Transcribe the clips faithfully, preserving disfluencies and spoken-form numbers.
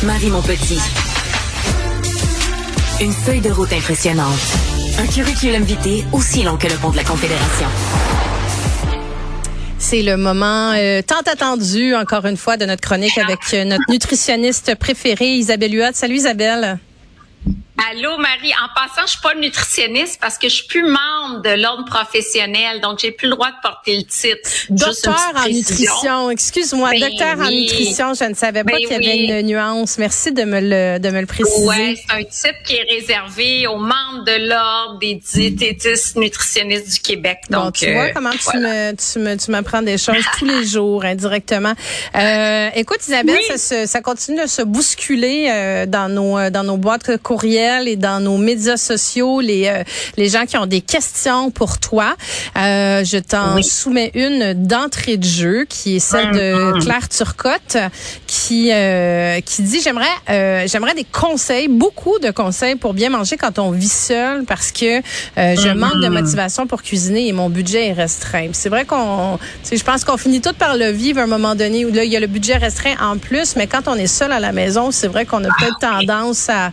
Marie Montpetit. Une feuille de route impressionnante. Un curriculum vitae aussi long que le pont de la Confédération. C'est le moment euh, tant attendu, encore une fois, de notre chronique avec euh, notre nutritionniste préférée, Isabelle Huot. Salut Isabelle. Allô Marie, en passant, je suis pas nutritionniste parce que je suis plus membre de l'ordre professionnel, donc j'ai plus le droit de porter le titre. Docteur en nutrition, excuse-moi, ben docteur oui. en nutrition, je ne savais pas ben qu'il y avait oui. une nuance. Merci de me le de me le préciser. Ouais, c'est un titre qui est réservé aux membres de l'ordre des diététistes nutritionnistes du Québec. Donc bon, tu euh, vois comment voilà. tu me tu me tu m'apprends des choses tous les jours indirectement. Euh, écoute Isabelle, oui. ça se, ça continue de se bousculer euh, dans nos dans nos boîtes courriels et dans nos médias sociaux, les euh, les gens qui ont des questions pour toi. Euh, je t'en oui. soumets une d'entrée de jeu qui est celle de Claire Turcotte qui euh, qui dit j'aimerais euh, j'aimerais des conseils, beaucoup de conseils pour bien manger quand on vit seul parce que euh, je manque de motivation pour cuisiner et mon budget est restreint. C'est vrai qu'on tu sais je pense qu'on finit tout par le vivre à un moment donné où là il y a le budget restreint en plus, mais quand on est seul à la maison, c'est vrai qu'on a peut-être tendance à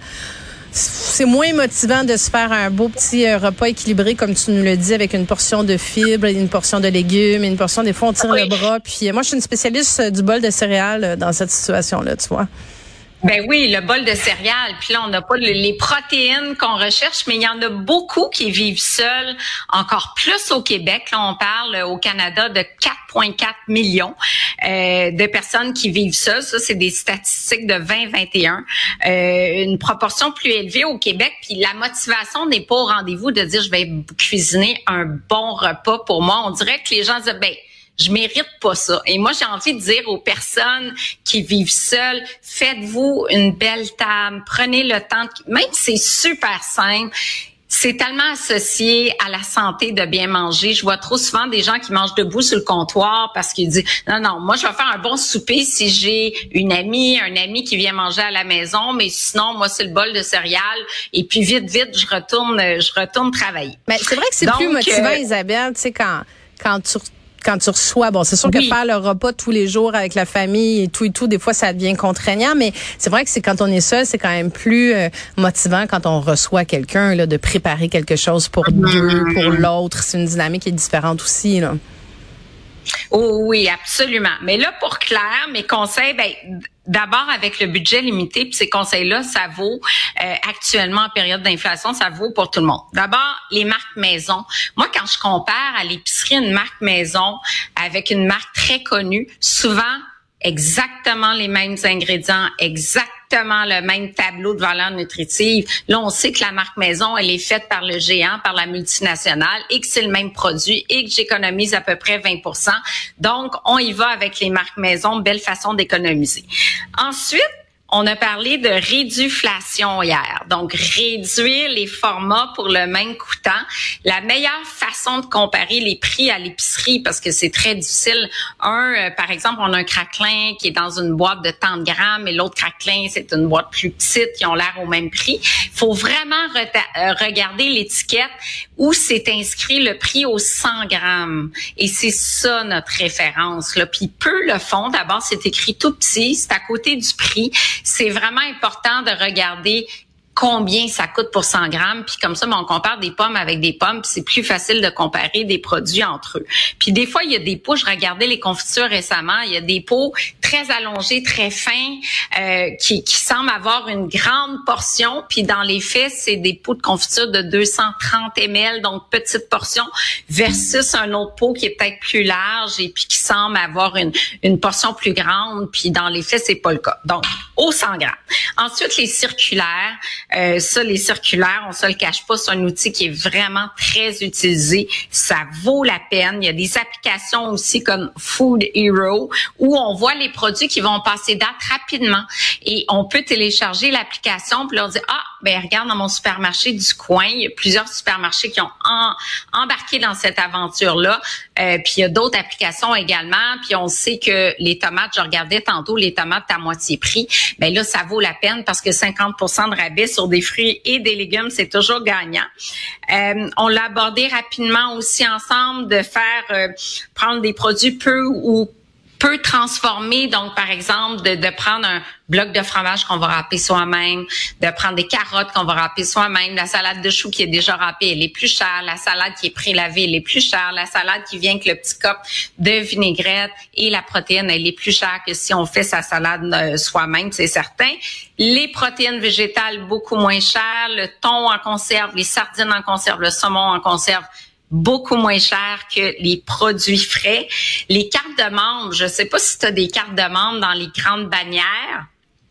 c'est moins motivant de se faire un beau petit euh, repas équilibré, comme tu nous le dis, avec une portion de fibres, une portion de légumes, une portion, des fois, on tire oui. le bras. Puis euh, moi, je suis une spécialiste euh, du bol de céréales euh, dans cette situation-là, tu vois. Ben oui, le bol de céréales. Puis là, on n'a pas les protéines qu'on recherche, mais il y en a beaucoup qui vivent seuls, encore plus au Québec. Là, on parle au Canada de quatre virgule quatre millions euh, de personnes qui vivent seules. Ça, c'est des statistiques de vingt vingt et un. Euh, une proportion plus élevée au Québec. Puis la motivation n'est pas au rendez-vous de dire je vais cuisiner un bon repas pour moi. On dirait que les gens disent ben je mérite pas ça. Et moi, j'ai envie de dire aux personnes qui vivent seules, faites-vous une belle table, prenez le temps, de... même si c'est super simple, c'est tellement associé à la santé de bien manger. Je vois trop souvent des gens qui mangent debout sur le comptoir parce qu'ils disent non, non, moi, je vais faire un bon souper si j'ai une amie, un ami qui vient manger à la maison, mais sinon, moi, c'est le bol de céréales. Et puis, vite, vite, je retourne, je retourne travailler. Mais c'est vrai que c'est Donc, plus motivant, euh... Isabelle, tu sais, quand, quand tu quand tu reçois, bon, c'est sûr oui. que faire le repas tous les jours avec la famille et tout et tout, des fois, ça devient contraignant, mais c'est vrai que c'est quand on est seul, c'est quand même plus euh, motivant quand on reçoit quelqu'un, là, de préparer quelque chose pour mmh. deux, pour l'autre. C'est une dynamique qui est différente aussi, là. Oh oui, absolument. Mais là, pour Claire, mes conseils, ben, d'abord avec le budget limité, puis ces conseils-là, ça vaut euh, actuellement en période d'inflation, ça vaut pour tout le monde. D'abord, les marques maison. Moi, quand je compare à l'épicerie une marque maison avec une marque très connue, souvent exactement les mêmes ingrédients, exactement le même tableau de valeur nutritive. Là, on sait que la marque maison, elle est faite par le géant, par la multinationale, et que c'est le même produit, et que j'économise à peu près vingt pour cent. Donc, on y va avec les marques maison, belle façon d'économiser. Ensuite, on a parlé de réduflation hier, donc réduire les formats pour le même coûtant. La meilleure façon de comparer les prix à l'épicerie, parce que c'est très difficile. Un, euh, par exemple, on a un craquelin qui est dans une boîte de tant de grammes, et l'autre craquelin, c'est une boîte plus petite, qui ont l'air au même prix. Il faut vraiment reta- euh, regarder l'étiquette où c'est inscrit le prix aux cent grammes. Et c'est ça notre référence, là. Puis peu le font. D'abord, c'est écrit tout petit, c'est à côté du prix. C'est vraiment important de regarder combien ça coûte pour cent grammes, puis comme ça, ben, on compare des pommes avec des pommes, puis c'est plus facile de comparer des produits entre eux. Puis des fois, il y a des pots, je regardais les confitures récemment, il y a des pots très allongés, très fins, euh, qui, qui semblent avoir une grande portion, puis dans les faits, c'est des pots de confiture de deux cent trente millilitres, donc petite portion, versus un autre pot qui est peut-être plus large et puis qui semble avoir une, une portion plus grande, puis dans les faits, c'est pas le cas. Donc, au cent grammes. Ensuite, les circulaires. Euh, ça, les circulaires, on se le cache pas, c'est un outil qui est vraiment très utilisé. Ça vaut la peine. Il y a des applications aussi comme Food Hero où on voit les produits qui vont passer date rapidement et on peut télécharger l'application puis leur dire ah ben regarde dans mon supermarché du coin, il y a plusieurs supermarchés qui ont en, embarqué dans cette aventure-là. Euh, puis il y a d'autres applications également. Puis on sait que les tomates, je regardais tantôt les tomates à moitié prix. Ben là, ça vaut la peine parce que cinquante pour cent de rabais sur des fruits et des légumes, c'est toujours gagnant. Euh, on l'a abordé rapidement aussi ensemble de faire euh, prendre des produits peu ou peut transformer, donc par exemple, de, de prendre un bloc de fromage qu'on va râper soi-même, de prendre des carottes qu'on va râper soi-même, la salade de choux qui est déjà râpée, elle est plus chère, la salade qui est prélavée, elle est plus chère, la salade qui vient avec le petit cop de vinaigrette et la protéine, elle est plus chère que si on fait sa salade euh, soi-même, c'est certain. Les protéines végétales, beaucoup moins chères, le thon en conserve, les sardines en conserve, le saumon en conserve, beaucoup moins cher que les produits frais. Les cartes de membres, je sais pas si tu as des cartes de membres dans les grandes bannières.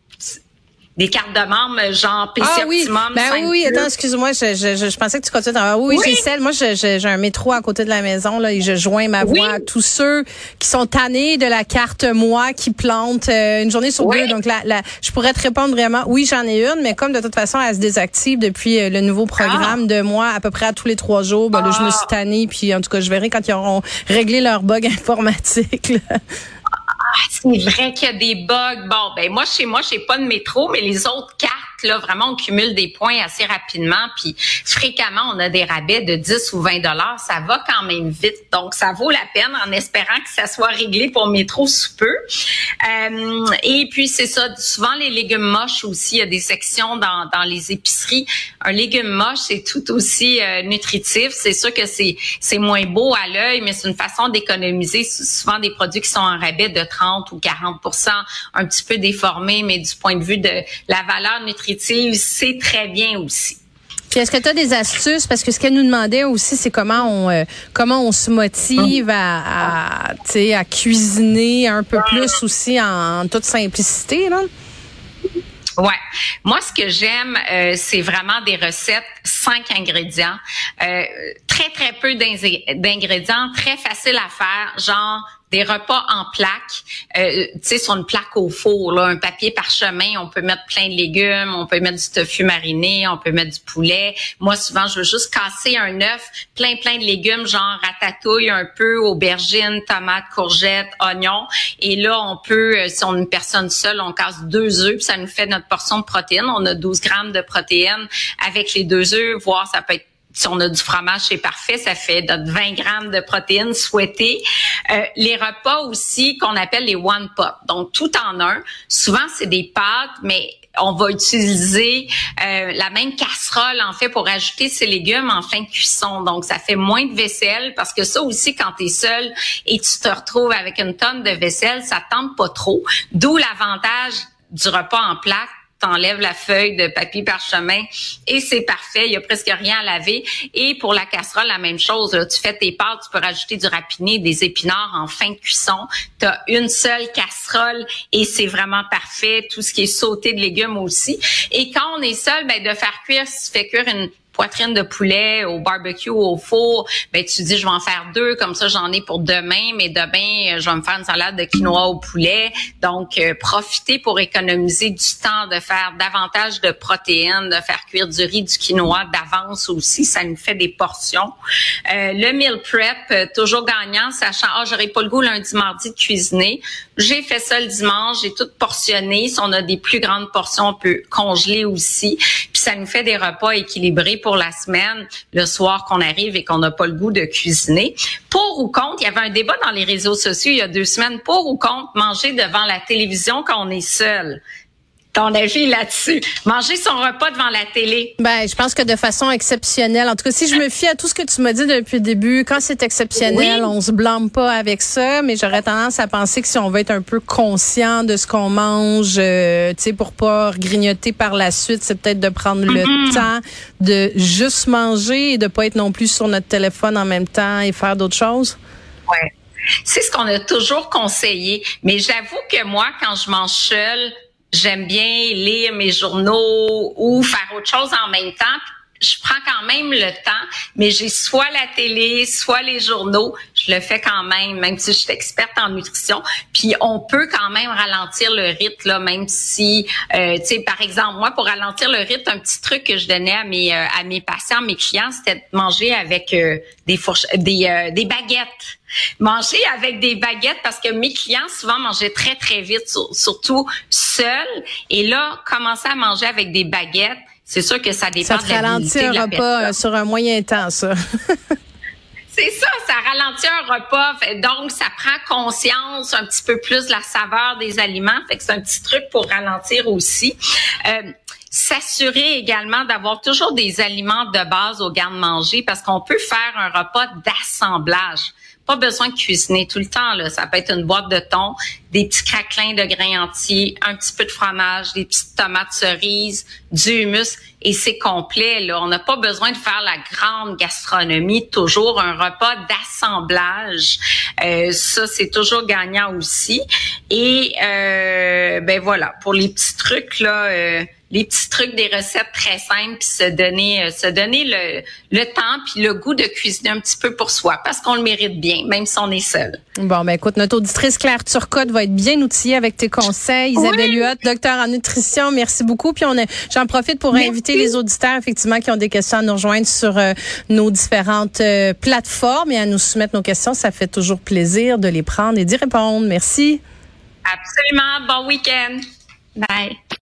Des cartes de membres, genre P C Ah oui, Optimum. ben oui, oui, attends, excuse-moi, je, je, je, je pensais que tu continuais. Ah, oui, oui, j'ai celle. Moi, je, je, j'ai un métro à côté de la maison là et je joins ma voix oui. à tous ceux qui sont tannés de la carte moi qui plante euh, une journée sur oui. deux. Donc là, là, je pourrais te répondre vraiment. Oui, j'en ai une, mais comme de toute façon, elle se désactive depuis euh, le nouveau programme ah. de moi à peu près à tous les trois jours. Ben ah. là, je me suis tannée. Puis en tout cas, je verrai quand ils auront réglé leur bug informatique. Là. Ah, c'est vrai qu'il y a des bugs. Bon, ben moi, chez moi, j'ai pas de métro, mais les autres cartes, là, vraiment, on cumule des points assez rapidement. Puis fréquemment, on a des rabais de dix ou vingt dollars. Ça va quand même vite. Donc, ça vaut la peine en espérant que ça soit réglé pour métro sous peu. Euh, et puis, c'est ça. Souvent, les légumes moches aussi, il y a des sections dans, dans les épiceries. Un légume moche, c'est tout aussi euh, nutritif. C'est sûr que c'est, c'est moins beau à l'œil, mais c'est une façon d'économiser souvent des produits qui sont en rabais de trente ou quarante pour cent, un petit peu déformés, mais du point de vue de la valeur nutritive, c'est très bien aussi. Puis est-ce que tu as des astuces? Parce que ce qu'elle nous demandait aussi, c'est comment on euh, comment on se motive à, à, tu sais, à cuisiner un peu plus aussi en, en toute simplicité, là? Ouais. Moi, ce que j'aime, euh, c'est vraiment des recettes, cinq ingrédients, euh, très, très peu d'ingrédients, très facile à faire, genre des repas en plaque, euh, tu sais, sur une plaque au four, là, un papier parchemin, on peut mettre plein de légumes, on peut mettre du tofu mariné, on peut mettre du poulet. Moi, souvent, je veux juste casser un œuf, plein, plein de légumes, genre ratatouille un peu, aubergines, tomates, courgettes, oignons. Et là, on peut, si on est une personne seule, on casse deux œufs, puis ça nous fait notre portion de protéines. On a douze grammes de protéines avec les deux œufs, voire ça peut être si on a du fromage, c'est parfait. Ça fait notre vingt grammes de protéines souhaitées. Euh, les repas aussi qu'on appelle les one pot. Donc, tout en un. Souvent, c'est des pâtes, mais on va utiliser euh, la même casserole, en fait, pour ajouter ces légumes en fin de cuisson. Donc, ça fait moins de vaisselle parce que ça aussi, quand tu es seul et tu te retrouves avec une tonne de vaisselle, ça tente pas trop. D'où l'avantage du repas en plaque. T'enlèves la feuille de papier parchemin et c'est parfait. Il y a presque rien à laver. Et pour la casserole, la même chose. Là, tu fais tes pâtes, tu peux rajouter du rapiné, des épinards en fin de cuisson. Tu as une seule casserole et c'est vraiment parfait. Tout ce qui est sauté de légumes aussi. Et quand on est seul, ben de faire cuire, si tu fais cuire une poitrine de poulet au barbecue ou au four, ben tu dis je vais en faire deux, comme ça j'en ai pour demain, mais demain je vais me faire une salade de quinoa au poulet. Donc euh, profitez pour économiser du temps de faire davantage de protéines, de faire cuire du riz, du quinoa d'avance aussi, ça nous fait des portions. Euh, le meal prep, euh, toujours gagnant, sachant ah j'aurais pas le goût lundi mardi de cuisiner. J'ai fait ça le dimanche, j'ai tout portionné. Si on a des plus grandes portions, on peut congeler aussi. Puis ça nous fait des repas équilibrés pour la semaine, le soir qu'on arrive et qu'on n'a pas le goût de cuisiner. Pour ou contre, il y avait un débat dans les réseaux sociaux il y a deux semaines, pour ou contre manger devant la télévision quand on est seul. Ton avis là-dessus? Manger son repas devant la télé? Ben, je pense que de façon exceptionnelle. En tout cas, si je me fie à tout ce que tu m'as dit depuis le début, quand c'est exceptionnel, oui. on se blâme pas avec ça, mais j'aurais tendance à penser que si on veut être un peu conscient de ce qu'on mange, euh, tu sais, pour pas grignoter par la suite, c'est peut-être de prendre le mm-hmm. temps de juste manger et de pas être non plus sur notre téléphone en même temps et faire d'autres choses. Ouais. C'est ce qu'on a toujours conseillé. Mais j'avoue que moi, quand je mange seule, j'aime bien lire mes journaux ou faire autre chose en même temps. Je prends quand même le temps, mais j'ai soit la télé, soit les journaux. Je le fais quand même, même si je suis experte en nutrition. Puis on peut quand même ralentir le rythme, là, même si, euh, tu sais, par exemple, moi, pour ralentir le rythme, un petit truc que je donnais à mes euh, à mes patients, mes clients, c'était de manger avec euh, des fourches, des euh, des baguettes. Manger avec des baguettes parce que mes clients souvent mangeaient très très vite, surtout seuls. Et là, commencer à manger avec des baguettes. C'est sûr que ça dépend ça te ralentit un repas sur un moyen temps, ça. C'est ça, ça ralentit un repas. Fait, donc, ça prend conscience un petit peu plus de la saveur des aliments. Fait que c'est un petit truc pour ralentir aussi. Euh, S'assurer également d'avoir toujours des aliments de base au garde-manger parce qu'on peut faire un repas d'assemblage. Pas besoin de cuisiner tout le temps, là. Ça peut être une boîte de thon, des petits craquelins de grains entiers, un petit peu de fromage, des petites tomates cerises, du hummus, et c'est complet, là. On n'a pas besoin de faire la grande gastronomie, toujours un repas d'assemblage. Euh, ça, c'est toujours gagnant aussi. Et, euh, ben voilà, pour les petits trucs, là, euh, les petits trucs, des recettes très simples, puis se donner, se donner le, le temps puis le goût de cuisiner un petit peu pour soi, parce qu'on le mérite bien, même si on est seul. Bon, ben écoute, notre auditrice Claire Turcotte va être bien outillée avec tes conseils. Isabelle Oui. Huot, docteur en nutrition, merci beaucoup. Puis on a, j'en profite pour Merci. inviter les auditeurs, effectivement, qui ont des questions à nous rejoindre sur euh, nos différentes euh, plateformes et à nous soumettre nos questions. Ça fait toujours plaisir de les prendre et d'y répondre. Merci. Absolument. Bon week-end. Bye.